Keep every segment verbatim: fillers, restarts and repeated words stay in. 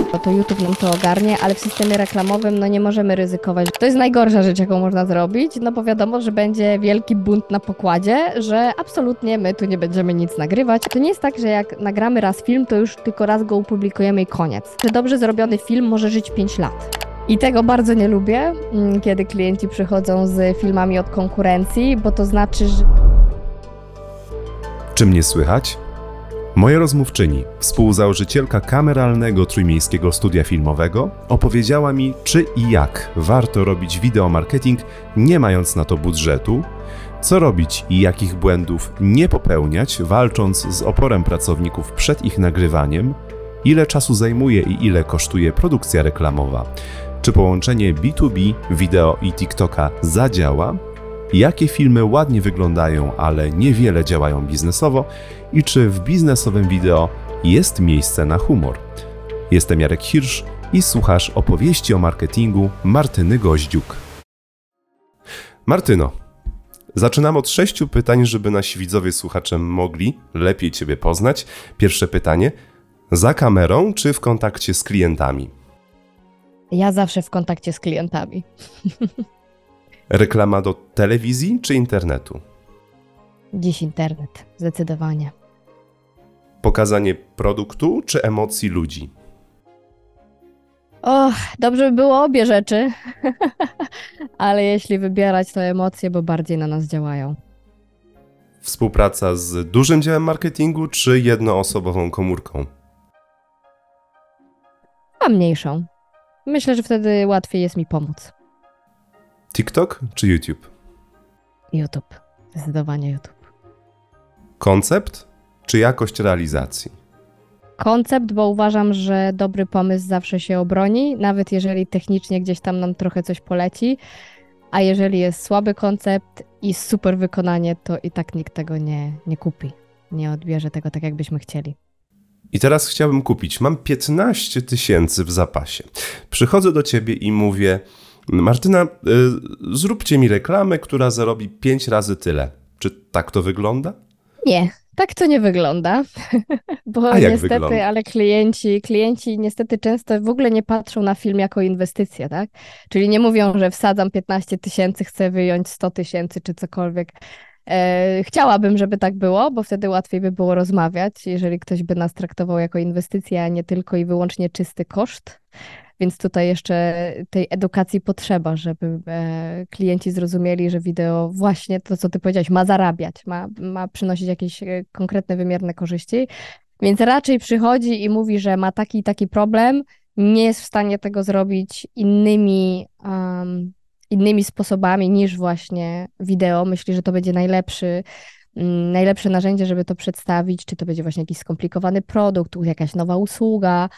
No to YouTube nam to ogarnie, ale w systemie reklamowym no nie możemy ryzykować. To jest najgorsza rzecz, jaką można zrobić, no bo wiadomo, że będzie wielki bunt na pokładzie, że absolutnie my tu nie będziemy nic nagrywać. To nie jest tak, że jak nagramy raz film, to już tylko raz go opublikujemy i koniec. Że dobrze zrobiony film może żyć pięć lat. I tego bardzo nie lubię, kiedy klienci przychodzą z filmami od konkurencji, bo to znaczy, że... Czy mnie słychać? Moja rozmówczyni, współzałożycielka kameralnego trójmiejskiego studia filmowego, opowiedziała mi, czy i jak warto robić wideomarketing, nie mając na to budżetu, co robić i jakich błędów nie popełniać, walcząc z oporem pracowników przed ich nagrywaniem, ile czasu zajmuje i ile kosztuje produkcja reklamowa, czy połączenie B dwa B, wideo i TikToka zadziała, jakie filmy ładnie wyglądają, ale niewiele działają biznesowo i czy w biznesowym wideo jest miejsce na humor. Jestem Jarek Hirsch i słuchasz opowieści o marketingu Martyny Goździuk. Martyno, zaczynam od sześciu pytań, żeby nasi widzowie słuchacze mogli lepiej Ciebie poznać. Pierwsze pytanie, za kamerą czy w kontakcie z klientami? Ja zawsze w kontakcie z klientami. Reklama do telewizji czy internetu? Dziś internet, zdecydowanie. Pokazanie produktu czy emocji ludzi? Och, dobrze by było obie rzeczy, ale jeśli wybierać, to emocje, bo bardziej na nas działają. Współpraca z dużym działem marketingu czy jednoosobową komórką? A mniejszą. Myślę, że wtedy łatwiej jest mi pomóc. TikTok czy YouTube? YouTube, zdecydowanie YouTube. Koncept czy jakość realizacji? Koncept, bo uważam, że dobry pomysł zawsze się obroni, nawet jeżeli technicznie gdzieś tam nam trochę coś poleci, a jeżeli jest słaby koncept i super wykonanie, to i tak nikt tego nie, nie kupi, nie odbierze tego tak, jakbyśmy chcieli. I teraz chciałbym kupić, mam piętnaście tysięcy w zapasie. Przychodzę do Ciebie i mówię, Martyna, y, zróbcie mi reklamę, która zarobi pięć razy tyle. Czy tak to wygląda? Nie, tak to nie wygląda, bo A jak niestety, wygląda? ale klienci, klienci niestety często w ogóle nie patrzą na film jako inwestycję, tak? Czyli nie mówią, że wsadzam piętnaście tysięcy, chcę wyjąć sto tysięcy czy cokolwiek. E, chciałabym, żeby tak było, bo wtedy łatwiej by było rozmawiać, jeżeli ktoś by nas traktował jako inwestycję, a nie tylko i wyłącznie czysty koszt. Więc tutaj jeszcze tej edukacji potrzeba, żeby e, klienci zrozumieli, że wideo właśnie to, co ty powiedziałeś, ma zarabiać, ma, ma przynosić jakieś e, konkretne, wymierne korzyści. Więc raczej przychodzi i mówi, że ma taki i taki problem, nie jest w stanie tego zrobić innymi, um, innymi sposobami niż właśnie wideo. Myśli, że to będzie najlepszy, mm, najlepsze narzędzie, żeby to przedstawić, czy to będzie właśnie jakiś skomplikowany produkt, jakaś nowa usługa.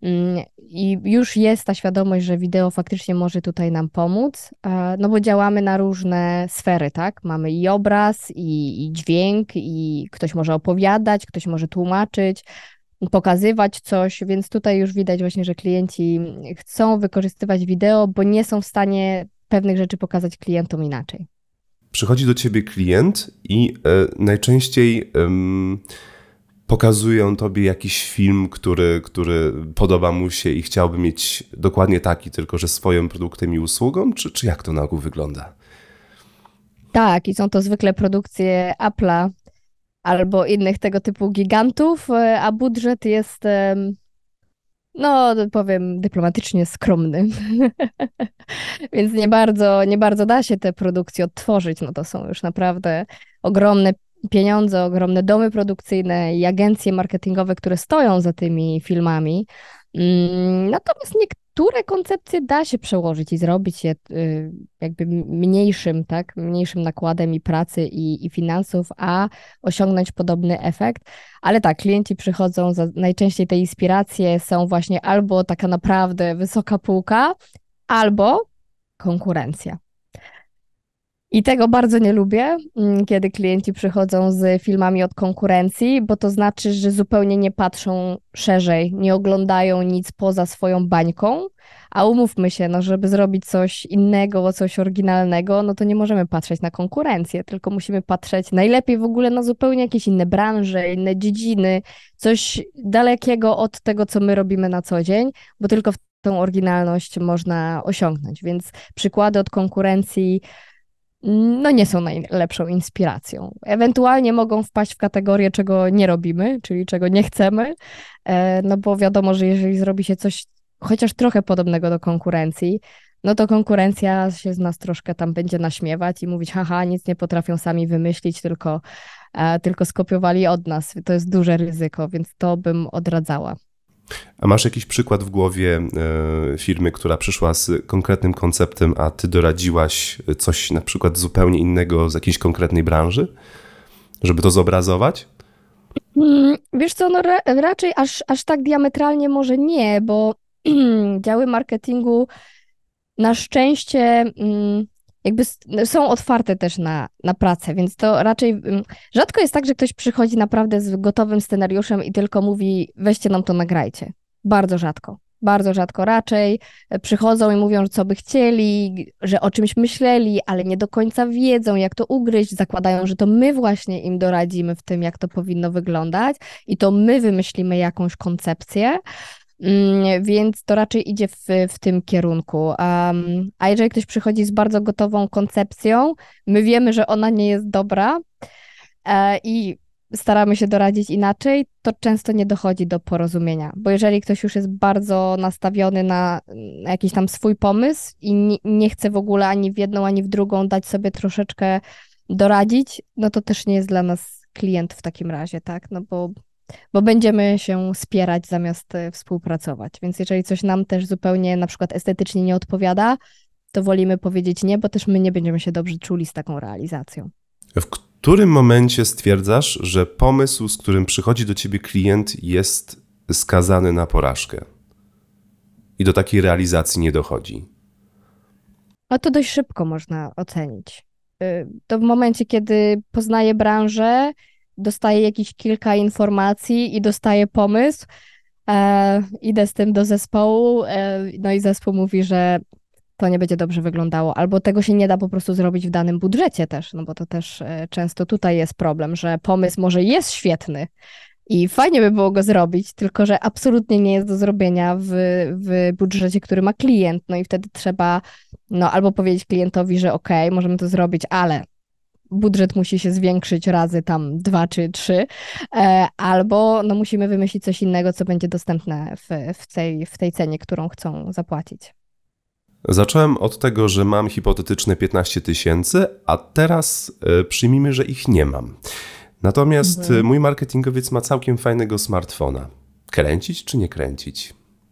I już jest ta świadomość, że wideo faktycznie może tutaj nam pomóc, no bo działamy na różne sfery, tak? Mamy i obraz, i, i dźwięk, i ktoś może opowiadać, ktoś może tłumaczyć, pokazywać coś, więc tutaj już widać właśnie, że klienci chcą wykorzystywać wideo, bo nie są w stanie pewnych rzeczy pokazać klientom inaczej. Przychodzi do Ciebie klient i e, najczęściej... Ym... pokazują Tobie jakiś film, który, który podoba mu się i chciałby mieć dokładnie taki, tylko że swoim produktem i usługą, czy, czy jak to na ogół wygląda? Tak, i są to zwykle produkcje Apple'a albo innych tego typu gigantów, a budżet jest, no powiem dyplomatycznie, skromny. Więc nie bardzo, nie bardzo da się te produkcje odtworzyć. No to są już naprawdę ogromne pieniądze, ogromne domy produkcyjne i agencje marketingowe, które stoją za tymi filmami. Natomiast niektóre koncepcje da się przełożyć i zrobić je jakby mniejszym, tak, mniejszym nakładem i pracy i, i finansów, a osiągnąć podobny efekt. Ale tak, klienci przychodzą, za, najczęściej te inspiracje są właśnie albo taka naprawdę wysoka półka, albo konkurencja. I tego bardzo nie lubię, mm, kiedy klienci przychodzą z filmami od konkurencji, bo to znaczy, że zupełnie nie patrzą szerzej, nie oglądają nic poza swoją bańką, a umówmy się, no żeby zrobić coś innego, coś oryginalnego, no to nie możemy patrzeć na konkurencję, tylko musimy patrzeć najlepiej w ogóle na zupełnie jakieś inne branże, inne dziedziny, coś dalekiego od tego, co my robimy na co dzień, bo tylko w tą oryginalność można osiągnąć, więc przykłady od konkurencji no nie są najlepszą inspiracją. Ewentualnie mogą wpaść w kategorię, czego nie robimy, czyli czego nie chcemy, e, no bo wiadomo, że jeżeli zrobi się coś chociaż trochę podobnego do konkurencji, no to konkurencja się z nas troszkę tam będzie naśmiewać i mówić, haha, nic nie potrafią sami wymyślić, tylko, e, tylko skopiowali od nas. To jest duże ryzyko, więc to bym odradzała. A masz jakiś przykład w głowie e, firmy, która przyszła z konkretnym konceptem, a ty doradziłaś coś na przykład zupełnie innego z jakiejś konkretnej branży, żeby to zobrazować? Hmm, wiesz co, no ra raczej aż, aż tak diametralnie może nie, bo działy marketingu na szczęście mm, jakby są otwarte też na, na pracę, więc to raczej mm, rzadko jest tak, że ktoś przychodzi naprawdę z gotowym scenariuszem i tylko mówi, weźcie nam to, nagrajcie. Bardzo rzadko. Bardzo rzadko. Raczej przychodzą i mówią, że co by chcieli, że o czymś myśleli, ale nie do końca wiedzą, jak to ugryźć. Zakładają, że to my właśnie im doradzimy w tym, jak to powinno wyglądać i to my wymyślimy jakąś koncepcję. Więc to raczej idzie w, w tym kierunku. Um, a jeżeli ktoś przychodzi z bardzo gotową koncepcją, my wiemy, że ona nie jest dobra e, i staramy się doradzić inaczej, to często nie dochodzi do porozumienia. Bo jeżeli ktoś już jest bardzo nastawiony na, na jakiś tam swój pomysł i nie, nie chce w ogóle ani w jedną, ani w drugą dać sobie troszeczkę doradzić, no to też nie jest dla nas klient w takim razie, tak? No bo bo będziemy się spierać zamiast współpracować. Więc jeżeli coś nam też zupełnie na przykład estetycznie nie odpowiada, to wolimy powiedzieć nie, bo też my nie będziemy się dobrze czuli z taką realizacją. W którym momencie stwierdzasz, że pomysł, z którym przychodzi do ciebie klient, jest skazany na porażkę i do takiej realizacji nie dochodzi? No to dość szybko można ocenić. To w momencie, kiedy poznaję branżę, dostaję jakieś kilka informacji i dostaję pomysł, e, idę z tym do zespołu, e, no i zespół mówi, że to nie będzie dobrze wyglądało, albo tego się nie da po prostu zrobić w danym budżecie też, no bo to też e, często tutaj jest problem, że pomysł może jest świetny i fajnie by było go zrobić, tylko że absolutnie nie jest do zrobienia w, w budżecie, który ma klient, no i wtedy trzeba no albo powiedzieć klientowi, że okej, okay, możemy to zrobić, ale budżet musi się zwiększyć razy tam dwa czy trzy, albo no musimy wymyślić coś innego, co będzie dostępne w, w, tej, w tej cenie, którą chcą zapłacić. Zacząłem od tego, że mam hipotetyczne piętnaście tysięcy, a teraz przyjmijmy, że ich nie mam. Natomiast mhm. mój marketingowiec ma całkiem fajnego smartfona. Kręcić czy nie kręcić?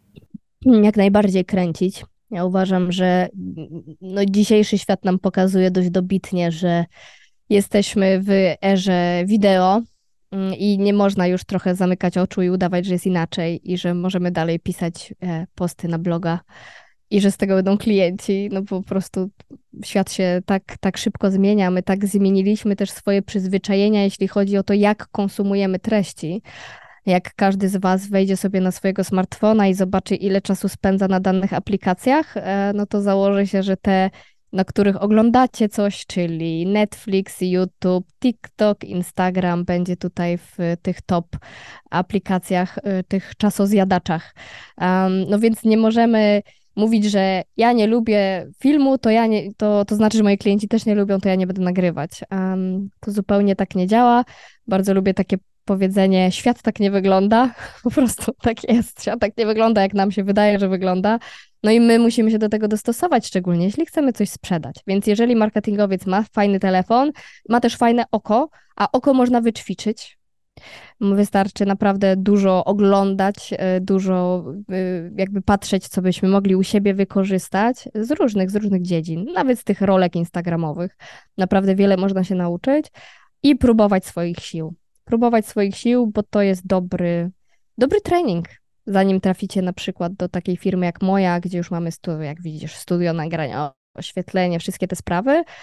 Jak najbardziej kręcić. Ja uważam, że no, dzisiejszy świat nam pokazuje dość dobitnie, że jesteśmy w erze wideo i nie można już trochę zamykać oczu i udawać, że jest inaczej i że możemy dalej pisać posty na bloga i że z tego będą klienci. No po prostu świat się tak, tak szybko zmienia. My tak zmieniliśmy też swoje przyzwyczajenia, jeśli chodzi o to, jak konsumujemy treści. Jak każdy z was wejdzie sobie na swojego smartfona i zobaczy, ile czasu spędza na danych aplikacjach, no to założy się, że te, na których oglądacie coś, czyli Netflix, YouTube, TikTok, Instagram, będzie tutaj w tych top aplikacjach, tych czasozjadaczach. Um, no więc nie możemy mówić, że ja nie lubię filmu, to, ja nie, to, to znaczy, że moi klienci też nie lubią, to ja nie będę nagrywać. Um, to zupełnie tak nie działa. Bardzo lubię takie powiedzenie, świat tak nie wygląda, po prostu tak jest, świat tak nie wygląda, jak nam się wydaje, że wygląda, no i my musimy się do tego dostosować, szczególnie jeśli chcemy coś sprzedać, więc jeżeli marketingowiec ma fajny telefon, ma też fajne oko, a oko można wyćwiczyć, wystarczy naprawdę dużo oglądać, dużo jakby patrzeć, co byśmy mogli u siebie wykorzystać z różnych, z różnych dziedzin, nawet z tych rolek instagramowych, naprawdę wiele można się nauczyć i próbować swoich sił. Próbować swoich sił, bo to jest dobry, dobry trening, zanim traficie na przykład do takiej firmy jak moja, gdzie już mamy studio, jak widzisz, studio nagrania, oświetlenie, wszystkie te sprawy,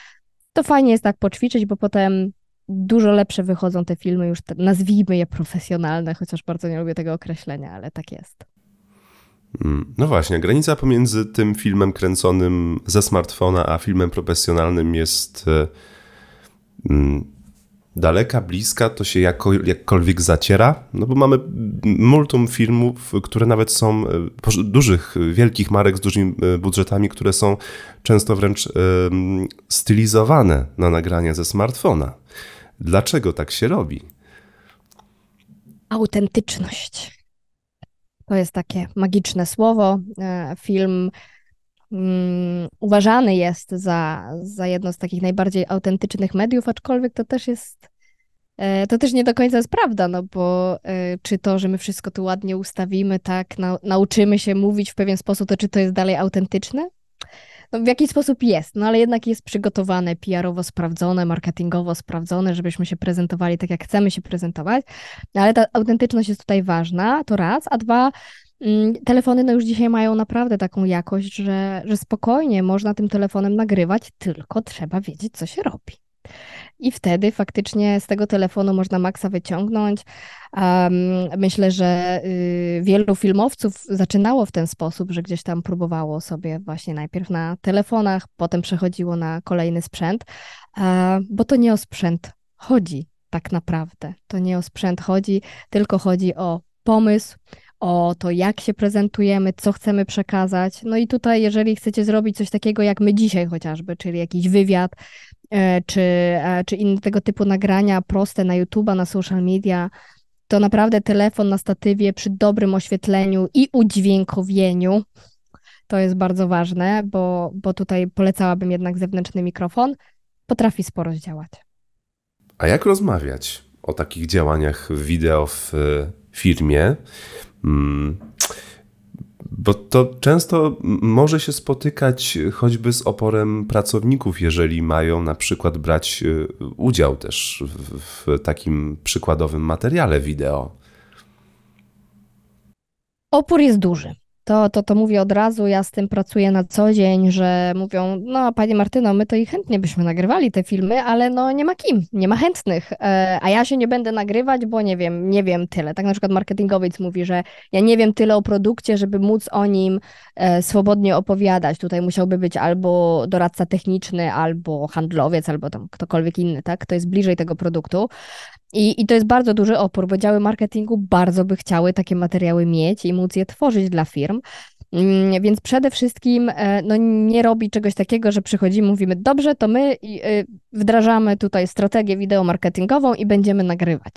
To fajnie jest tak poćwiczyć, bo potem dużo lepsze wychodzą te filmy, już te, nazwijmy je profesjonalne, chociaż bardzo nie lubię tego określenia, ale tak jest. No właśnie, granica pomiędzy tym filmem kręconym ze smartfona, a filmem profesjonalnym jest mm, daleka, bliska, to się jako, jakkolwiek zaciera, no bo mamy multum filmów, które nawet są dużych, wielkich marek z dużymi budżetami, które są często wręcz y, stylizowane na nagranie ze smartfona. Dlaczego tak się robi? Autentyczność. To jest takie magiczne słowo. Film um, uważany jest za, za jedno z takich najbardziej autentycznych mediów, aczkolwiek to też jest, to też nie do końca jest prawda, no bo czy to, że my wszystko tu ładnie ustawimy, tak, na, nauczymy się mówić w pewien sposób, to czy to jest dalej autentyczne? No, w jakiś sposób jest, no ale jednak jest przygotowane, P R-owo sprawdzone, marketingowo sprawdzone, żebyśmy się prezentowali tak, jak chcemy się prezentować, ale ta autentyczność jest tutaj ważna, to raz, a dwa, mm, telefony no już dzisiaj mają naprawdę taką jakość, że, że spokojnie można tym telefonem nagrywać, tylko trzeba wiedzieć, co się robi. I wtedy faktycznie z tego telefonu można maksa wyciągnąć. Um, myślę, że y, wielu filmowców zaczynało w ten sposób, że gdzieś tam próbowało sobie właśnie najpierw na telefonach, potem przechodziło na kolejny sprzęt, uh, bo to nie o sprzęt chodzi tak naprawdę. To nie o sprzęt chodzi, tylko chodzi o pomysł, o to, jak się prezentujemy, co chcemy przekazać. No i tutaj, jeżeli chcecie zrobić coś takiego jak my dzisiaj chociażby, czyli jakiś wywiad, czy, czy inne tego typu nagrania proste na YouTube'a, na social media, to naprawdę telefon na statywie przy dobrym oświetleniu i udźwiękowieniu, to jest bardzo ważne, bo, bo tutaj polecałabym jednak zewnętrzny mikrofon, potrafi sporo zdziałać. A jak rozmawiać o takich działaniach wideo w firmie? Hmm. Bo to często może się spotykać choćby z oporem pracowników, jeżeli mają na przykład brać udział też w, w takim przykładowym materiale wideo. Opór jest duży. To, to, to mówię od razu, ja z tym pracuję na co dzień, że mówią, no Pani Martyno, my to i chętnie byśmy nagrywali te filmy, ale no nie ma kim, nie ma chętnych, e, a ja się nie będę nagrywać, bo nie wiem, nie wiem tyle. Tak na przykład marketingowiec mówi, że ja nie wiem tyle o produkcie, żeby móc o nim e, swobodnie opowiadać. Tutaj musiałby być albo doradca techniczny, albo handlowiec, albo tam ktokolwiek inny, tak? To jest bliżej tego produktu. I, I to jest bardzo duży opór, bo działy marketingu bardzo by chciały takie materiały mieć i móc je tworzyć dla firm. Więc przede wszystkim no, nie robi czegoś takiego, że przychodzimy, mówimy, dobrze, to my wdrażamy tutaj strategię wideo marketingową i będziemy nagrywać.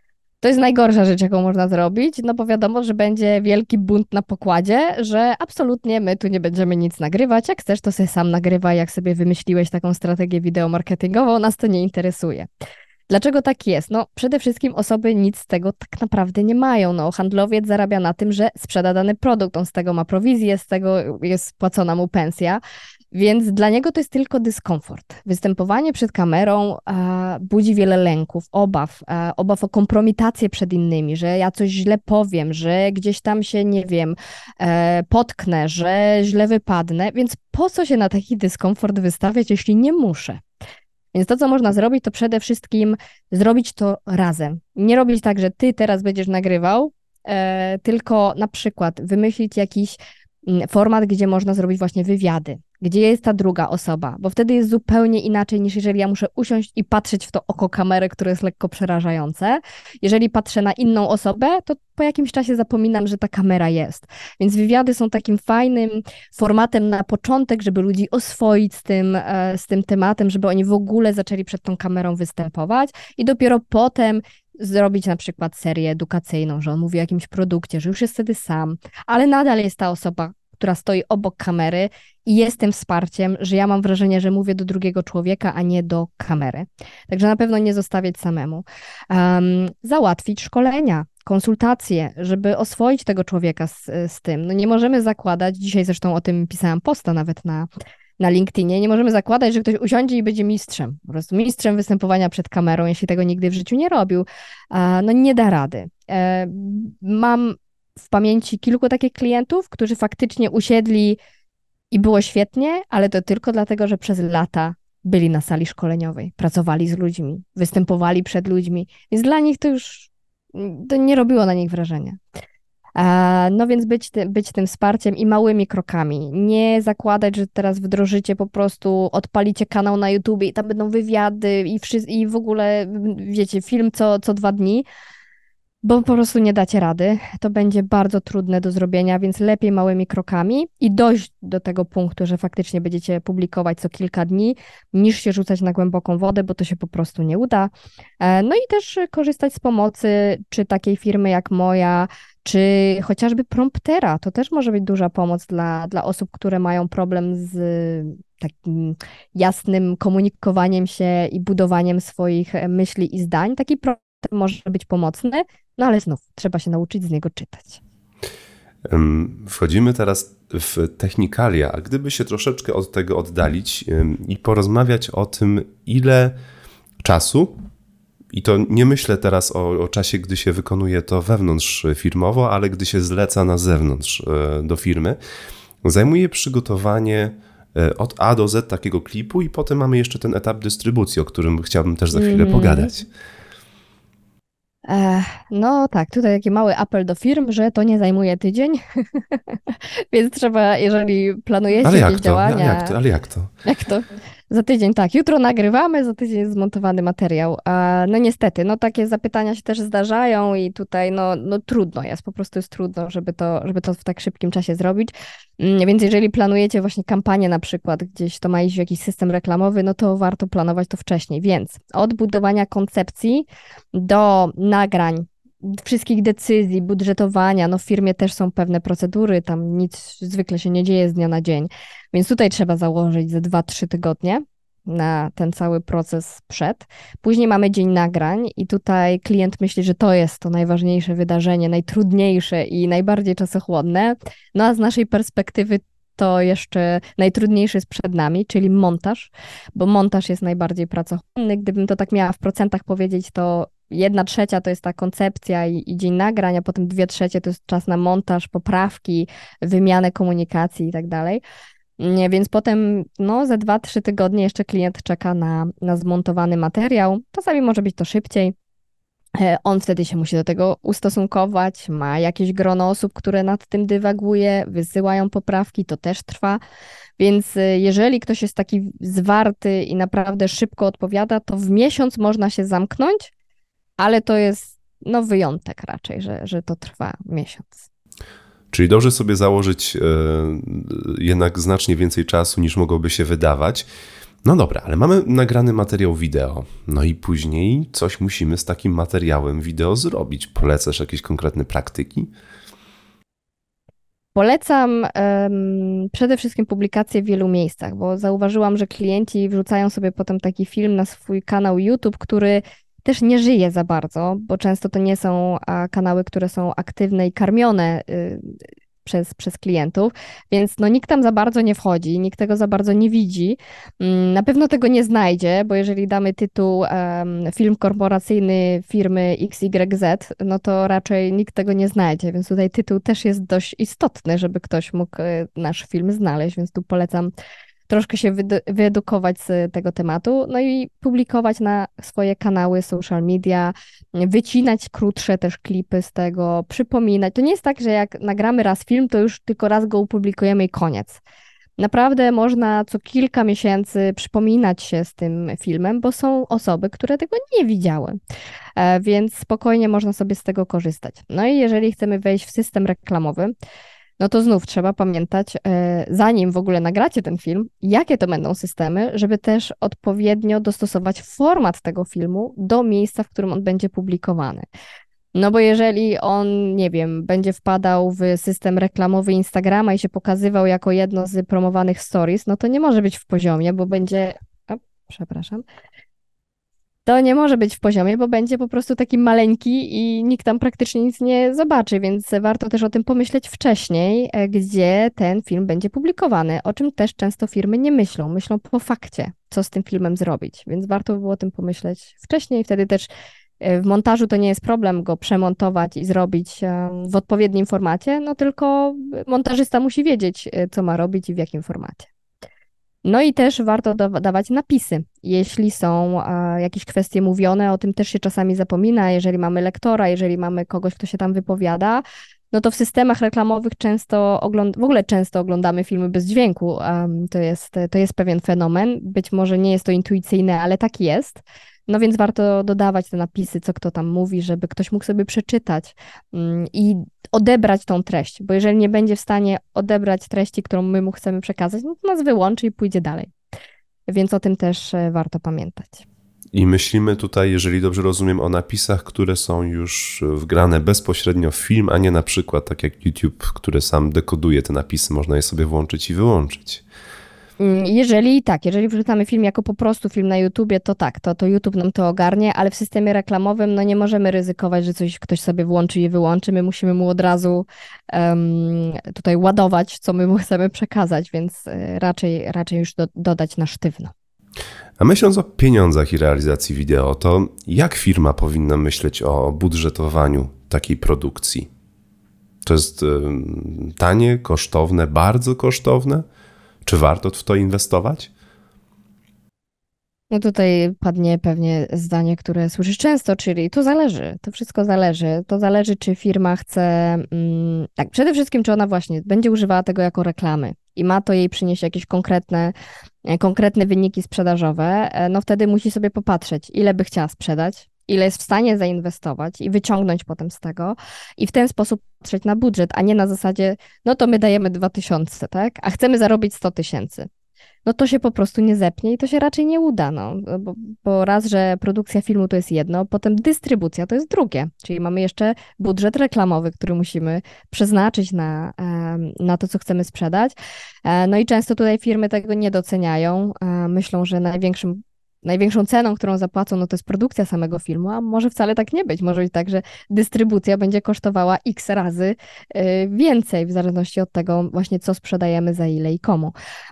To jest najgorsza rzecz, jaką można zrobić, no bo wiadomo, że będzie wielki bunt na pokładzie, że absolutnie my tu nie będziemy nic nagrywać. Jak chcesz, to sobie sam nagrywaj, jak sobie wymyśliłeś taką strategię wideo marketingową, nas to nie interesuje. Dlaczego tak jest? No przede wszystkim osoby nic z tego tak naprawdę nie mają. No handlowiec zarabia na tym, że sprzeda dany produkt, on z tego ma prowizję, z tego jest płacona mu pensja, więc dla niego to jest tylko dyskomfort. Występowanie przed kamerą a, budzi wiele lęków, obaw, a, obaw o kompromitację przed innymi, że ja coś źle powiem, że gdzieś tam się, nie wiem, e, potknę, że źle wypadnę, więc po co się na taki dyskomfort wystawiać, jeśli nie muszę? Więc to, co można zrobić, to przede wszystkim zrobić to razem. Nie robić tak, że ty teraz będziesz nagrywał, e, tylko na przykład wymyślić jakiś format, gdzie można zrobić właśnie wywiady, gdzie jest ta druga osoba, bo wtedy jest zupełnie inaczej niż jeżeli ja muszę usiąść i patrzeć w to oko kamery, które jest lekko przerażające. Jeżeli patrzę na inną osobę, to po jakimś czasie zapominam, że ta kamera jest. Więc wywiady są takim fajnym formatem na początek, żeby ludzi oswoić z tym, z tym tematem, żeby oni w ogóle zaczęli przed tą kamerą występować i dopiero potem zrobić na przykład serię edukacyjną, że on mówi o jakimś produkcie, że już jest wtedy sam, ale nadal jest ta osoba, która stoi obok kamery i jest tym wsparciem, że ja mam wrażenie, że mówię do drugiego człowieka, a nie do kamery. Także na pewno nie zostawiać samemu. Um, załatwić szkolenia, konsultacje, żeby oswoić tego człowieka z, z tym. No nie możemy zakładać, dzisiaj zresztą o tym pisałam posta nawet na na LinkedInie, nie możemy zakładać, że ktoś usiądzie i będzie mistrzem, po prostu mistrzem występowania przed kamerą, jeśli tego nigdy w życiu nie robił, no nie da rady. Mam w pamięci kilku takich klientów, którzy faktycznie usiedli i było świetnie, ale to tylko dlatego, że przez lata byli na sali szkoleniowej, pracowali z ludźmi, występowali przed ludźmi, więc dla nich to już to nie robiło na nich wrażenia. No więc być, ty, być tym wsparciem i małymi krokami. Nie zakładać, że teraz wdrożycie po prostu, odpalicie kanał na YouTubie i tam będą wywiady i, wszy- i w ogóle, wiecie, film co, co dwa dni, bo po prostu nie dacie rady. To będzie bardzo trudne do zrobienia, więc lepiej małymi krokami i dojść do tego punktu, że faktycznie będziecie publikować co kilka dni, niż się rzucać na głęboką wodę, bo to się po prostu nie uda. No i też korzystać z pomocy, czy takiej firmy jak moja, czy chociażby promptera. To też może być duża pomoc dla, dla osób, które mają problem z takim jasnym komunikowaniem się i budowaniem swoich myśli i zdań. Taki prompter może być pomocny, no ale znów trzeba się nauczyć z niego czytać. Wchodzimy teraz w technikalia, a gdyby się troszeczkę od tego oddalić i porozmawiać o tym, ile czasu, i to nie myślę teraz o, o czasie, gdy się wykonuje to wewnątrz firmowo, ale gdy się zleca na zewnątrz do firmy, zajmuje przygotowanie od A do Z takiego klipu i potem mamy jeszcze ten etap dystrybucji, o którym chciałbym też za chwilę mm. pogadać. No tak, tutaj taki mały apel do firm, że to nie zajmuje tydzień, więc trzeba, jeżeli planujecie ale jak jakieś to? działania... Jak to? Ale jak to? Jak to? Za tydzień, tak. Jutro nagrywamy, za tydzień jest zmontowany materiał. No niestety, no takie zapytania się też zdarzają i tutaj no, no trudno jest, po prostu jest trudno, żeby to, żeby to w tak szybkim czasie zrobić. Więc jeżeli planujecie właśnie kampanię na przykład, gdzieś to ma iść w jakiś system reklamowy, no to warto planować to wcześniej. Więc od budowania koncepcji do nagrań, wszystkich decyzji, budżetowania, no w firmie też są pewne procedury, tam nic zwykle się nie dzieje z dnia na dzień, więc tutaj trzeba założyć ze dwa trzy tygodnie na ten cały proces przed. Później mamy dzień nagrań i tutaj klient myśli, że to jest to najważniejsze wydarzenie, najtrudniejsze i najbardziej czasochłonne, no a z naszej perspektywy to jeszcze najtrudniejsze jest przed nami, czyli montaż, bo montaż jest najbardziej pracochłonny. Gdybym to tak miała w procentach powiedzieć, to jedna trzecia to jest ta koncepcja i, i dzień nagrań, a potem dwie trzecie to jest czas na montaż, poprawki, wymianę komunikacji i tak dalej. Więc potem no, ze dwa trzy tygodnie jeszcze klient czeka na, na zmontowany materiał. Czasami może być to szybciej. On wtedy się musi do tego ustosunkować, ma jakieś grono osób, które nad tym dywaguje, wysyłają poprawki, to też trwa. Więc jeżeli ktoś jest taki zwarty i naprawdę szybko odpowiada, to w miesiąc można się zamknąć, ale to jest no, wyjątek raczej, że, że to trwa miesiąc. Czyli dobrze sobie założyć e, jednak znacznie więcej czasu niż mogłoby się wydawać. No dobra, ale mamy nagrany materiał wideo, no i później coś musimy z takim materiałem wideo zrobić. Polecasz jakieś konkretne praktyki? Polecam um, przede wszystkim publikacje w wielu miejscach, bo zauważyłam, że klienci wrzucają sobie potem taki film na swój kanał YouTube, który też nie żyje za bardzo, bo często to nie są a, kanały, które są aktywne i karmione y, przez, przez klientów, więc no nikt tam za bardzo nie wchodzi, nikt tego za bardzo nie widzi. Na pewno tego nie znajdzie, bo jeżeli damy tytuł um, film korporacyjny firmy X Y Z, no to raczej nikt tego nie znajdzie, więc tutaj tytuł też jest dość istotny, żeby ktoś mógł nasz film znaleźć, więc tu polecam troszkę się wyedukować z tego tematu, no i publikować na swoje kanały social media, wycinać krótsze też klipy z tego, przypominać. To nie jest tak, że jak nagramy raz film, to już tylko raz go opublikujemy i koniec. Naprawdę można co kilka miesięcy przypominać się z tym filmem, bo są osoby, które tego nie widziały, więc spokojnie można sobie z tego korzystać. No i jeżeli chcemy wejść w system reklamowy, no to znów trzeba pamiętać, zanim w ogóle nagracie ten film, jakie to będą systemy, żeby też odpowiednio dostosować format tego filmu do miejsca, w którym on będzie publikowany. No bo jeżeli on, nie wiem, będzie wpadał w system reklamowy Instagrama i się pokazywał jako jedno z promowanych stories, no to nie może być w poziomie, bo będzie... O, przepraszam. To nie może być w poziomie, bo będzie po prostu taki maleńki i nikt tam praktycznie nic nie zobaczy, więc warto też o tym pomyśleć wcześniej, gdzie ten film będzie publikowany, o czym też często firmy nie myślą, myślą po fakcie, co z tym filmem zrobić, więc warto by było o tym pomyśleć wcześniej, wtedy też w montażu to nie jest problem go przemontować i zrobić w odpowiednim formacie, no tylko montażysta musi wiedzieć, co ma robić i w jakim formacie. No i też warto da- dawać napisy, jeśli są e, jakieś kwestie mówione, o tym też się czasami zapomina, jeżeli mamy lektora, jeżeli mamy kogoś, kto się tam wypowiada, no to w systemach reklamowych często ogląd- w ogóle często oglądamy filmy bez dźwięku. Um, to jest, to jest pewien fenomen. Być może nie jest to intuicyjne, ale tak jest. No więc warto dodawać te napisy, co kto tam mówi, żeby ktoś mógł sobie przeczytać um, i odebrać tą treść, bo jeżeli nie będzie w stanie odebrać treści, którą my mu chcemy przekazać, no to nas wyłączy i pójdzie dalej. Więc o tym też e, warto pamiętać. I myślimy tutaj, jeżeli dobrze rozumiem, o napisach, które są już wgrane bezpośrednio w film, a nie na przykład tak jak YouTube, który sam dekoduje te napisy, można je sobie włączyć i wyłączyć. Jeżeli tak, jeżeli wrzucamy film jako po prostu film na YouTubie, to tak, to, to YouTube nam to ogarnie, ale w systemie reklamowym no nie możemy ryzykować, że coś ktoś sobie włączy i wyłączy. My musimy mu od razu um, tutaj ładować, co my mu chcemy przekazać, więc raczej, raczej już do, dodać na sztywno. A myśląc o pieniądzach i realizacji wideo, to jak firma powinna myśleć o budżetowaniu takiej produkcji? To jest um, tanie, kosztowne, bardzo kosztowne? Czy warto w to inwestować? No tutaj padnie pewnie zdanie, które słyszysz często, czyli to zależy, to wszystko zależy. To zależy, czy firma chce, mm, tak, przede wszystkim, czy ona właśnie będzie używała tego jako reklamy i ma to jej przynieść jakieś konkretne, konkretne wyniki sprzedażowe, no wtedy musi sobie popatrzeć, ile by chciała sprzedać, ile jest w stanie zainwestować i wyciągnąć potem z tego i w ten sposób patrzeć na budżet, a nie na zasadzie, no to my dajemy dwa tysiące, tak, a chcemy zarobić sto tysięcy. No to się po prostu nie zepnie i to się raczej nie uda, no, bo, bo raz, że produkcja filmu to jest jedno, potem dystrybucja to jest drugie, czyli mamy jeszcze budżet reklamowy, który musimy przeznaczyć na, na to, co chcemy sprzedać. No i często tutaj firmy tego nie doceniają, myślą, że największym Największą ceną, którą zapłacą, no to jest produkcja samego filmu, a może wcale tak nie być. Może być tak, że dystrybucja będzie kosztowała x razy więcej, w zależności od tego właśnie, co sprzedajemy, za ile i komu.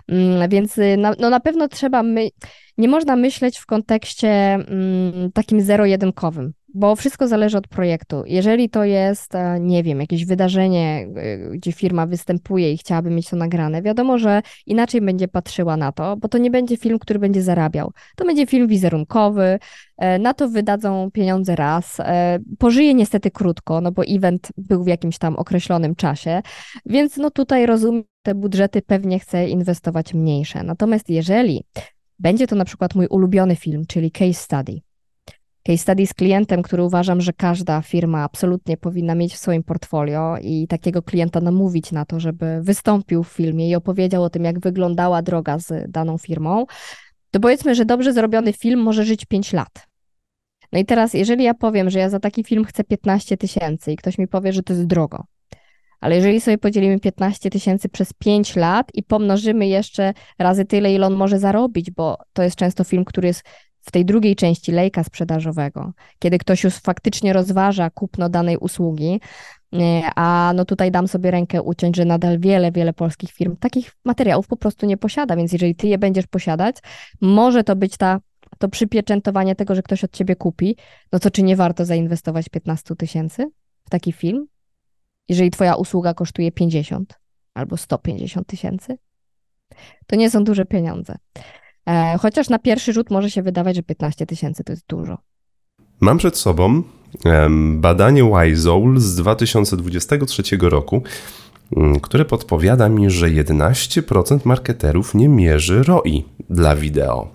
Więc na, no na pewno trzeba, my, nie można myśleć w kontekście takim zero-jedynkowym, bo wszystko zależy od projektu. Jeżeli to jest, nie wiem, jakieś wydarzenie, gdzie firma występuje i chciałaby mieć to nagrane, wiadomo, że inaczej będzie patrzyła na to, bo to nie będzie film, który będzie zarabiał. To będzie film wizerunkowy, na to wydadzą pieniądze raz, pożyje niestety krótko, no bo event był w jakimś tam określonym czasie, więc no tutaj rozumiem, te budżety pewnie chce inwestować mniejsze. Natomiast jeżeli będzie to na przykład mój ulubiony film, czyli case study, case study z klientem, który uważam, że każda firma absolutnie powinna mieć w swoim portfolio i takiego klienta namówić na to, żeby wystąpił w filmie i opowiedział o tym, jak wyglądała droga z daną firmą, to powiedzmy, że dobrze zrobiony film może żyć pięć lat. No i teraz, jeżeli ja powiem, że ja za taki film chcę piętnaście tysięcy i ktoś mi powie, że to jest drogo, ale jeżeli sobie podzielimy piętnaście tysięcy przez pięć lat i pomnożymy jeszcze razy tyle, ile on może zarobić, bo to jest często film, który jest w tej drugiej części lejka sprzedażowego, kiedy ktoś już faktycznie rozważa kupno danej usługi, a no tutaj dam sobie rękę uciąć, że nadal wiele, wiele polskich firm takich materiałów po prostu nie posiada, więc jeżeli ty je będziesz posiadać, może to być ta, to przypieczętowanie tego, że ktoś od ciebie kupi, no to czy nie warto zainwestować piętnaście tysięcy w taki film, jeżeli twoja usługa kosztuje pięćdziesiąt albo sto pięćdziesiąt tysięcy? To nie są duże pieniądze. Chociaż na pierwszy rzut może się wydawać, że piętnaście tysięcy to jest dużo. Mam przed sobą badanie Wiseall z dwa tysiące dwudziestego trzeciego roku, które podpowiada mi, że jedenaście procent marketerów nie mierzy R O I dla wideo.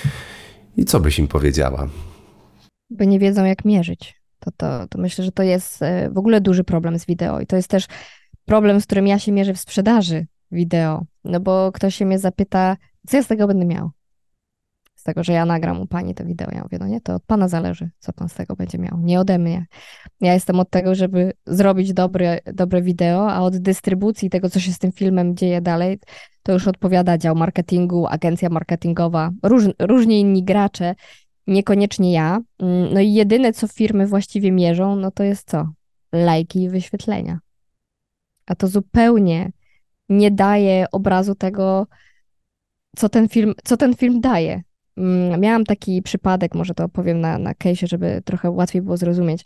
I co byś im powiedziała? Bo nie wiedzą, jak mierzyć. To, to, to myślę, że to jest w ogóle duży problem z wideo. I to jest też problem, z którym ja się mierzę w sprzedaży wideo. No bo ktoś się mnie zapyta, co ja z tego będę miał? Z tego, że ja nagram u pani to wideo. Ja mówię, no nie, to od pana zależy, co pan z tego będzie miał, nie ode mnie. Ja jestem od tego, żeby zrobić dobre, dobre wideo, a od dystrybucji tego, co się z tym filmem dzieje dalej, to już odpowiada dział marketingu, agencja marketingowa, róż, różni inni gracze, niekoniecznie ja. No i jedyne, co firmy właściwie mierzą, no to jest co? Lajki i wyświetlenia. A to zupełnie nie daje obrazu tego, co ten film, co ten film daje. Miałam taki przypadek, może to opowiem na, na case'ie, żeby trochę łatwiej było zrozumieć.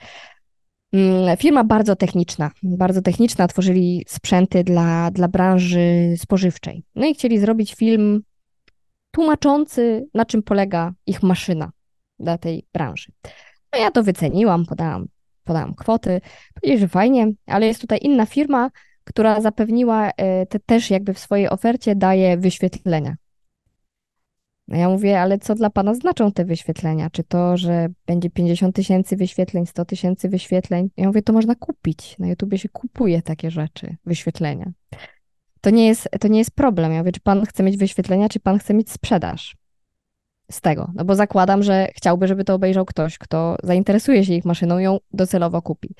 Firma bardzo techniczna, bardzo techniczna, tworzyli sprzęty dla, dla branży spożywczej. No i chcieli zrobić film tłumaczący, na czym polega ich maszyna dla tej branży. No ja to wyceniłam, podałam, podałam kwoty, powiedzieli, że fajnie, ale jest tutaj inna firma, która zapewniła, te też jakby w swojej ofercie daje wyświetlenia. No ja mówię, ale co dla pana znaczą te wyświetlenia? Czy to, że będzie pięćdziesiąt tysięcy wyświetleń, sto tysięcy wyświetleń? Ja mówię, to można kupić. Na YouTubie się kupuje takie rzeczy, wyświetlenia. To nie jest, to nie jest problem. Ja mówię, czy pan chce mieć wyświetlenia, czy pan chce mieć sprzedaż z tego? No bo zakładam, że chciałby, żeby to obejrzał ktoś, kto zainteresuje się ich maszyną i ją docelowo kupi.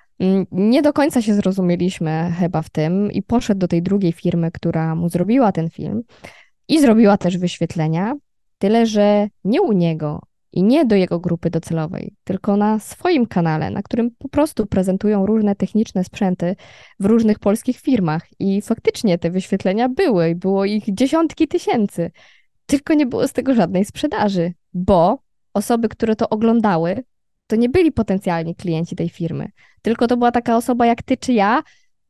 Nie do końca się zrozumieliśmy chyba w tym i poszedł do tej drugiej firmy, która mu zrobiła ten film i zrobiła też wyświetlenia, tyle że nie u niego i nie do jego grupy docelowej, tylko na swoim kanale, na którym po prostu prezentują różne techniczne sprzęty w różnych polskich firmach i faktycznie te wyświetlenia były i było ich dziesiątki tysięcy, tylko nie było z tego żadnej sprzedaży, bo osoby, które to oglądały, to nie byli potencjalni klienci tej firmy, tylko to była taka osoba jak ty czy ja,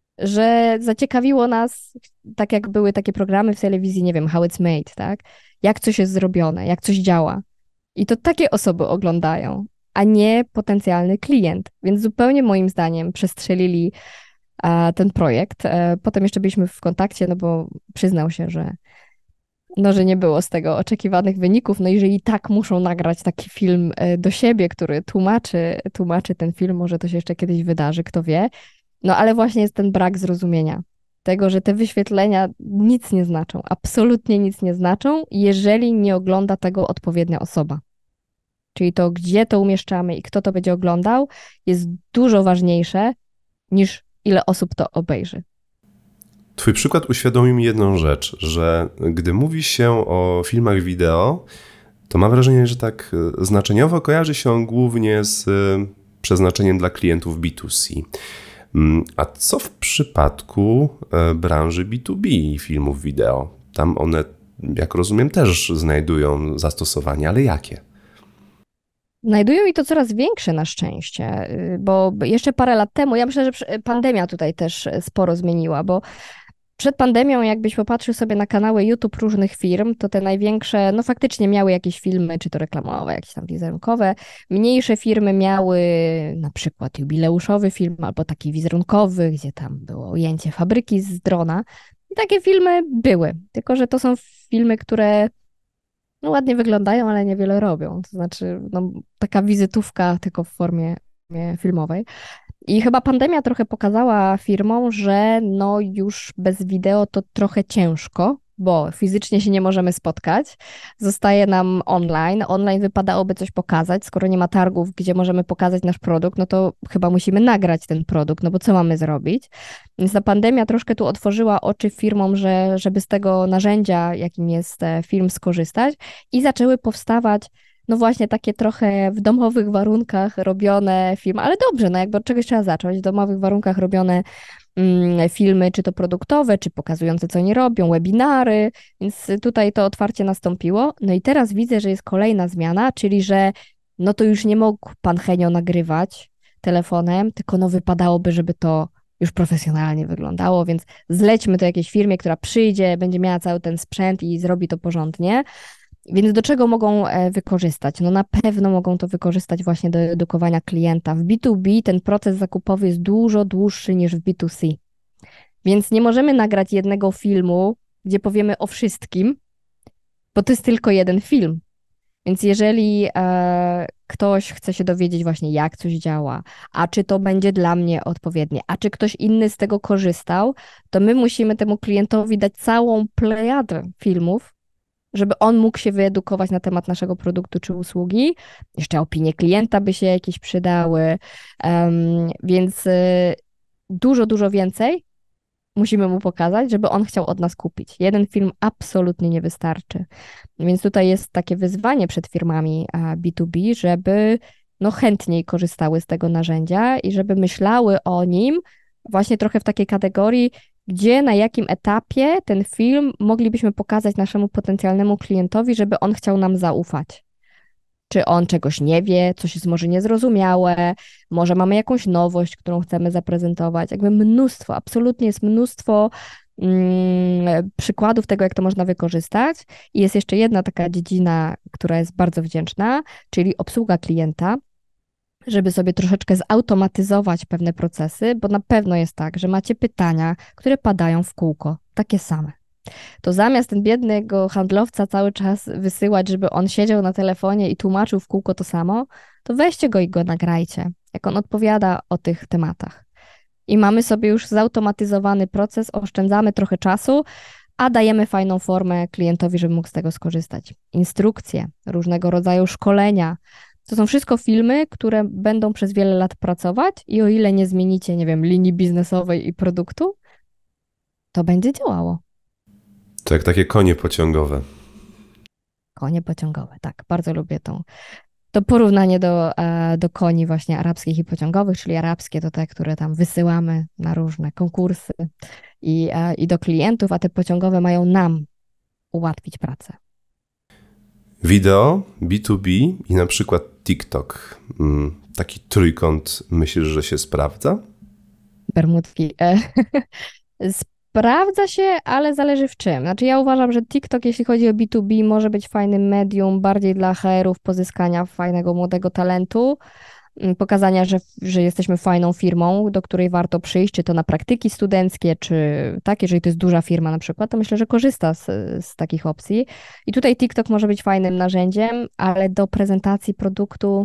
że zaciekawiło nas, tak jak były takie programy w telewizji, nie wiem, How It's Made, tak? Jak coś jest zrobione, jak coś działa. I to takie osoby oglądają, a nie potencjalny klient. Więc zupełnie moim zdaniem przestrzelili a, ten projekt. E, potem jeszcze byliśmy w kontakcie, no bo przyznał się, że no, że nie było z tego oczekiwanych wyników, no i że i tak muszą nagrać taki film do siebie, który tłumaczy, tłumaczy ten film, może to się jeszcze kiedyś wydarzy, kto wie. No ale właśnie jest ten brak zrozumienia tego, że te wyświetlenia nic nie znaczą, absolutnie nic nie znaczą, jeżeli nie ogląda tego odpowiednia osoba. Czyli to, gdzie to umieszczamy i kto to będzie oglądał, jest dużo ważniejsze niż ile osób to obejrzy. Twój przykład uświadomił mi jedną rzecz, że gdy mówi się o filmach wideo, to mam wrażenie, że tak znaczeniowo kojarzy się on głównie z przeznaczeniem dla klientów B dwa C. A co w przypadku branży B dwa B filmów wideo? Tam one, jak rozumiem, też znajdują zastosowanie, ale jakie? Znajdują i to coraz większe na szczęście, bo jeszcze parę lat temu, ja myślę, że pandemia tutaj też sporo zmieniła, bo przed pandemią, jakbyś popatrzył sobie na kanały YouTube różnych firm, to te największe, no faktycznie miały jakieś filmy, czy to reklamowe, jakieś tam wizerunkowe. Mniejsze firmy miały na przykład jubileuszowy film albo taki wizerunkowy, gdzie tam było ujęcie fabryki z drona. I takie filmy były, tylko że to są filmy, które no, ładnie wyglądają, ale niewiele robią. To znaczy no, taka wizytówka tylko w formie filmowej. I chyba pandemia trochę pokazała firmom, że no już bez wideo to trochę ciężko, bo fizycznie się nie możemy spotkać, zostaje nam online. Online wypadałoby coś pokazać, skoro nie ma targów, gdzie możemy pokazać nasz produkt, no to chyba musimy nagrać ten produkt, no bo co mamy zrobić? Więc ta pandemia troszkę tu otworzyła oczy firmom, że, żeby z tego narzędzia, jakim jest film, skorzystać i zaczęły powstawać no właśnie takie trochę w domowych warunkach robione filmy, ale dobrze, no jakby od czegoś trzeba zacząć, w domowych warunkach robione mm, filmy, czy to produktowe, czy pokazujące, co oni robią, webinary, więc tutaj to otwarcie nastąpiło. No i teraz widzę, że jest kolejna zmiana, czyli że no to już nie mógł pan Henio nagrywać telefonem, tylko no wypadałoby, żeby to już profesjonalnie wyglądało, więc zlećmy to jakiejś firmie, która przyjdzie, będzie miała cały ten sprzęt i zrobi to porządnie. Więc do czego mogą wykorzystać? No na pewno mogą to wykorzystać właśnie do edukowania klienta. W B dwa B ten proces zakupowy jest dużo dłuższy niż w B dwa C. Więc nie możemy nagrać jednego filmu, gdzie powiemy o wszystkim, bo to jest tylko jeden film. Więc jeżeli e, ktoś chce się dowiedzieć właśnie, jak coś działa, a czy to będzie dla mnie odpowiednie, a czy ktoś inny z tego korzystał, to my musimy temu klientowi dać całą plejadę filmów, żeby on mógł się wyedukować na temat naszego produktu czy usługi. Jeszcze opinie klienta by się jakieś przydały, um, więc y, dużo, dużo więcej musimy mu pokazać, żeby on chciał od nas kupić. Jeden film absolutnie nie wystarczy. Więc tutaj jest takie wyzwanie przed firmami B dwa B, żeby no, chętniej korzystały z tego narzędzia i żeby myślały o nim właśnie trochę w takiej kategorii, gdzie, na jakim etapie ten film moglibyśmy pokazać naszemu potencjalnemu klientowi, żeby on chciał nam zaufać. Czy on czegoś nie wie, coś jest może niezrozumiałe, może mamy jakąś nowość, którą chcemy zaprezentować. Jakby mnóstwo, absolutnie jest mnóstwo mm, przykładów tego, jak to można wykorzystać. I jest jeszcze jedna taka dziedzina, która jest bardzo wdzięczna, czyli obsługa klienta, żeby sobie troszeczkę zautomatyzować pewne procesy, bo na pewno jest tak, że macie pytania, które padają w kółko, takie same. To zamiast ten biednego handlowca cały czas wysyłać, żeby on siedział na telefonie i tłumaczył w kółko to samo, to weźcie go i go nagrajcie, jak on odpowiada o tych tematach. I mamy sobie już zautomatyzowany proces, oszczędzamy trochę czasu, a dajemy fajną formę klientowi, żeby mógł z tego skorzystać. Instrukcje, różnego rodzaju szkolenia. To są wszystko filmy, które będą przez wiele lat pracować i o ile nie zmienicie, nie wiem, linii biznesowej i produktu, to będzie działało. To jak takie konie pociągowe. Konie pociągowe, tak. Bardzo lubię tą, to porównanie do, do koni właśnie arabskich i pociągowych, czyli arabskie to te, które tam wysyłamy na różne konkursy i, i do klientów, a te pociągowe mają nam ułatwić pracę. Wideo, B dwa B i na przykład TikTok. Taki trójkąt myślisz, że się sprawdza? Bermudki. Sprawdza się, ale zależy w czym. Znaczy ja uważam, że TikTok, jeśli chodzi o B dwa B, może być fajnym medium bardziej dla H R ów, pozyskania fajnego, młodego talentu, pokazania, że, że jesteśmy fajną firmą, do której warto przyjść, czy to na praktyki studenckie, czy tak, jeżeli to jest duża firma na przykład, to myślę, że korzysta z, z takich opcji. I tutaj TikTok może być fajnym narzędziem, ale do prezentacji produktu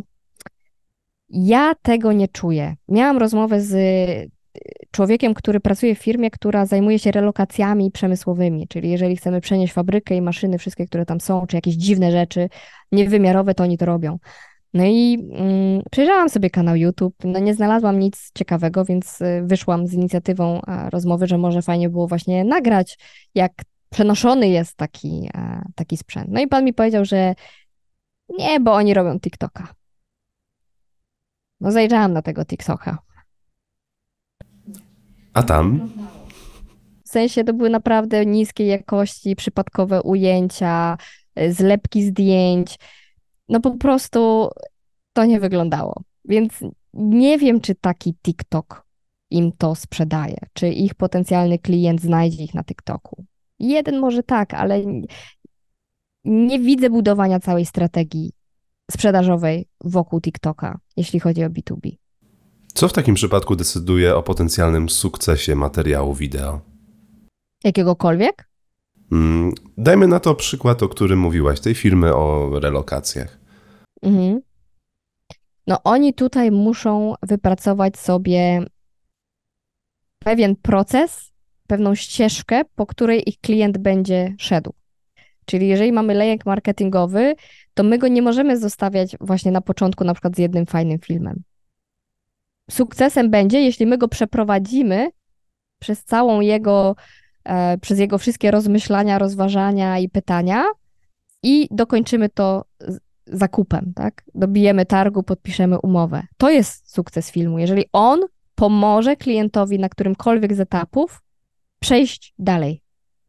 ja tego nie czuję. Miałam rozmowę z człowiekiem, który pracuje w firmie, która zajmuje się relokacjami przemysłowymi, czyli jeżeli chcemy przenieść fabrykę i maszyny, wszystkie, które tam są, czy jakieś dziwne rzeczy niewymiarowe, to oni to robią. No i mm, przejrzałam sobie kanał YouTube, no nie znalazłam nic ciekawego, więc wyszłam z inicjatywą a, rozmowy, że może fajnie było właśnie nagrać, jak przenoszony jest taki, a, taki sprzęt. No i pan mi powiedział, że nie, bo oni robią TikToka. No zajrzałam na tego TikToka. A tam? W sensie to były naprawdę niskiej jakości, przypadkowe ujęcia, zlepki zdjęć. No po prostu to nie wyglądało. Więc nie wiem, czy taki TikTok im to sprzedaje, czy ich potencjalny klient znajdzie ich na TikToku. Jeden może tak, ale nie widzę budowania całej strategii sprzedażowej wokół TikToka, jeśli chodzi o B dwa B. Co w takim przypadku decyduje o potencjalnym sukcesie materiału wideo? Jakiegokolwiek? Hmm, dajmy na to przykład, o którym mówiłaś, tej firmy o relokacjach. Mhm. No oni tutaj muszą wypracować sobie pewien proces, pewną ścieżkę, po której ich klient będzie szedł. Czyli jeżeli mamy lejek marketingowy, to my go nie możemy zostawiać właśnie na początku na przykład z jednym fajnym filmem. Sukcesem będzie, jeśli my go przeprowadzimy przez całą jego, e, przez jego wszystkie rozmyślania, rozważania i pytania i dokończymy to z, zakupem, tak? Dobijemy targu, podpiszemy umowę. To jest sukces filmu, jeżeli on pomoże klientowi na którymkolwiek z etapów przejść dalej.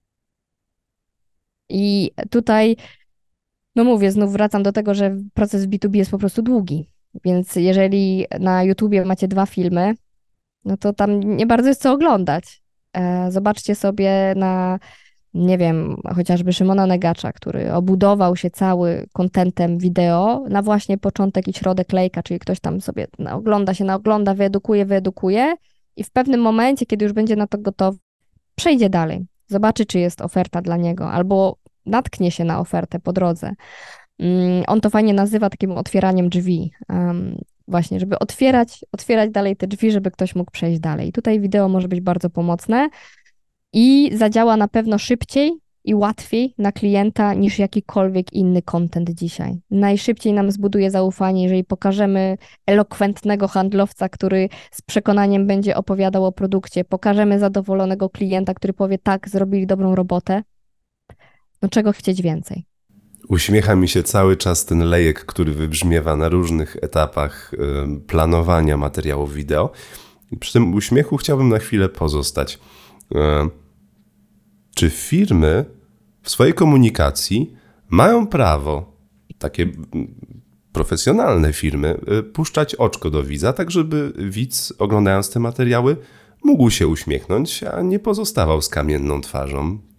I tutaj, no mówię, znów wracam do tego, że proces B dwa B jest po prostu długi. Więc jeżeli na YouTubie macie dwa filmy, no to tam nie bardzo jest co oglądać. Zobaczcie sobie na, nie wiem, chociażby Szymona Negacza, który obudował się cały kontentem wideo na właśnie początek i środek lejka, czyli ktoś tam sobie ogląda się, naogląda, wyedukuje, wyedukuje i w pewnym momencie, kiedy już będzie na to gotowy, przejdzie dalej. Zobaczy, czy jest oferta dla niego, albo natknie się na ofertę po drodze. On to fajnie nazywa takim otwieraniem drzwi. Um, właśnie, żeby otwierać, otwierać dalej te drzwi, żeby ktoś mógł przejść dalej. Tutaj wideo może być bardzo pomocne i zadziała na pewno szybciej i łatwiej na klienta niż jakikolwiek inny content dzisiaj. Najszybciej nam zbuduje zaufanie, jeżeli pokażemy elokwentnego handlowca, który z przekonaniem będzie opowiadał o produkcie, pokażemy zadowolonego klienta, który powie tak, zrobili dobrą robotę. No czego chcieć więcej? Uśmiecha mi się cały czas ten lejek, który wybrzmiewa na różnych etapach y, planowania materiałów wideo. I przy tym uśmiechu chciałbym na chwilę pozostać. Y, czy firmy w swojej komunikacji mają prawo, takie y, profesjonalne firmy, y, puszczać oczko do widza, tak żeby widz, oglądając te materiały, mógł się uśmiechnąć, a nie pozostawał z kamienną twarzą?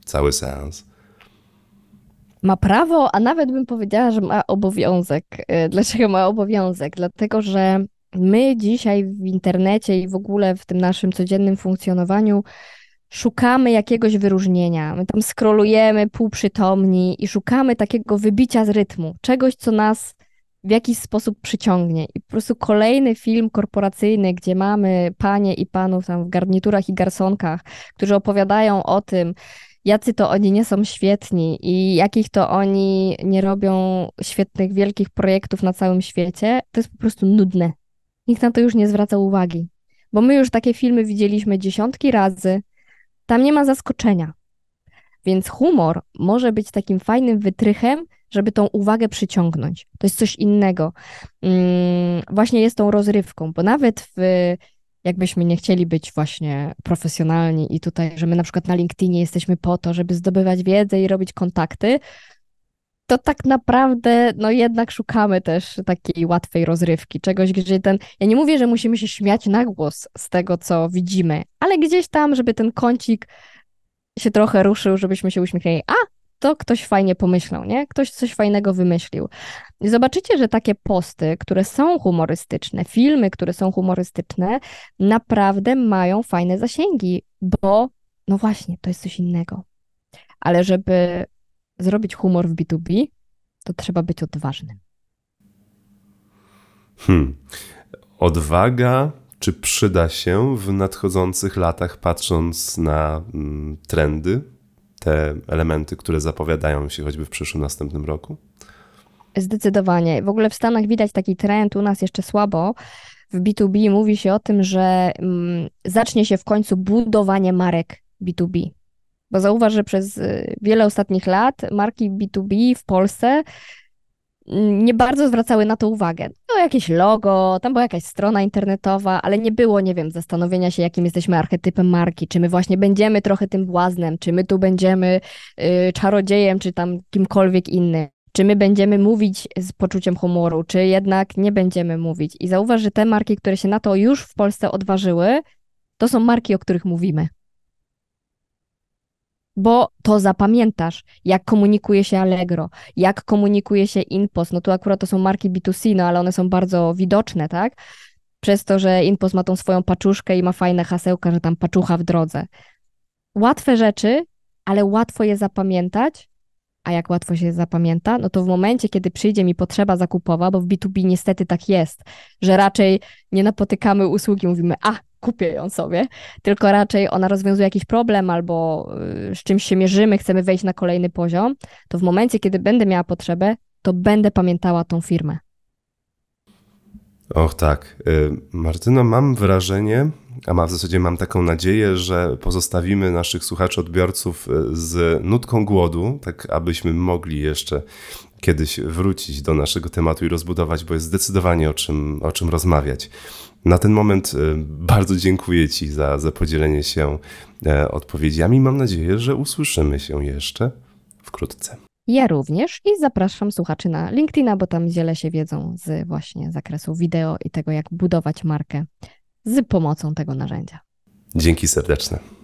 cały seans? Ma prawo, a nawet bym powiedziała, że ma obowiązek. Dlaczego ma obowiązek? Dlatego, że my dzisiaj w internecie i w ogóle w tym naszym codziennym funkcjonowaniu szukamy jakiegoś wyróżnienia. My tam scrollujemy półprzytomni i szukamy takiego wybicia z rytmu, czegoś, co nas w jakiś sposób przyciągnie. I po prostu kolejny film korporacyjny, gdzie mamy panie i panów tam w garniturach i garsonkach, którzy opowiadają o tym, jacy to oni nie są świetni i jakich to oni nie robią świetnych, wielkich projektów na całym świecie, to jest po prostu nudne. Nikt na to już nie zwraca uwagi, bo my już takie filmy widzieliśmy dziesiątki razy, tam nie ma zaskoczenia. Więc humor może być takim fajnym wytrychem, żeby tą uwagę przyciągnąć. To jest coś innego. Hmm, właśnie jest tą rozrywką, bo nawet w, jakbyśmy nie chcieli być właśnie profesjonalni i tutaj, że my na przykład na LinkedInie jesteśmy po to, żeby zdobywać wiedzę i robić kontakty, to tak naprawdę no jednak szukamy też takiej łatwej rozrywki, czegoś, gdzie ten, ja nie mówię, że musimy się śmiać na głos z tego, co widzimy, ale gdzieś tam, żeby ten kącik się trochę ruszył, żebyśmy się uśmiechnęli. A, to ktoś fajnie pomyślał, nie? Ktoś coś fajnego wymyślił. I zobaczycie, że takie posty, które są humorystyczne, filmy, które są humorystyczne, naprawdę mają fajne zasięgi, bo no właśnie, to jest coś innego. Ale żeby zrobić humor w B dwa B, to trzeba być odważnym. Hmm. Odwaga, czy przyda się w nadchodzących latach, patrząc na mm, trendy, te elementy, które zapowiadają się choćby w przyszłym, następnym roku? Zdecydowanie. W ogóle w Stanach widać taki trend, u nas jeszcze słabo. W B dwa B mówi się o tym, że mm, zacznie się w końcu budowanie marek B dwa B. Bo zauważ, że przez wiele ostatnich lat marki B dwa B w Polsce nie bardzo zwracały na to uwagę. Było jakieś logo, tam była jakaś strona internetowa, ale nie było, nie wiem, zastanowienia się, jakim jesteśmy archetypem marki, czy my właśnie będziemy trochę tym błaznem, czy my tu będziemy y, czarodziejem, czy tam kimkolwiek innym, czy my będziemy mówić z poczuciem humoru, czy jednak nie będziemy mówić. I zauważ, że te marki, które się na to już w Polsce odważyły, to są marki, o których mówimy. Bo to zapamiętasz, jak komunikuje się Allegro, jak komunikuje się InPost. No tu akurat to są marki B dwa C, no ale one są bardzo widoczne, tak? Przez to, że InPost ma tą swoją paczuszkę i ma fajne hasełka, że tam paczucha w drodze. Łatwe rzeczy, ale łatwo je zapamiętać. A jak łatwo się zapamięta? No to w momencie, kiedy przyjdzie mi potrzeba zakupowa, bo w B dwa B niestety tak jest, że raczej nie napotykamy usługi, mówimy, a kupię ją sobie, tylko raczej ona rozwiązuje jakiś problem albo z czymś się mierzymy, chcemy wejść na kolejny poziom, to w momencie, kiedy będę miała potrzebę, to będę pamiętała tą firmę. Och tak. Martyno, mam wrażenie, a ma w zasadzie mam taką nadzieję, że pozostawimy naszych słuchaczy, odbiorców z nutką głodu, tak abyśmy mogli jeszcze kiedyś wrócić do naszego tematu i rozbudować, bo jest zdecydowanie o czym, o czym rozmawiać. Na ten moment bardzo dziękuję Ci za, za podzielenie się odpowiedziami. Mam nadzieję, że usłyszymy się jeszcze wkrótce. Ja również i zapraszam słuchaczy na LinkedIna, bo tam dzielę się wiedzą z właśnie zakresu wideo i tego, jak budować markę z pomocą tego narzędzia. Dzięki serdeczne.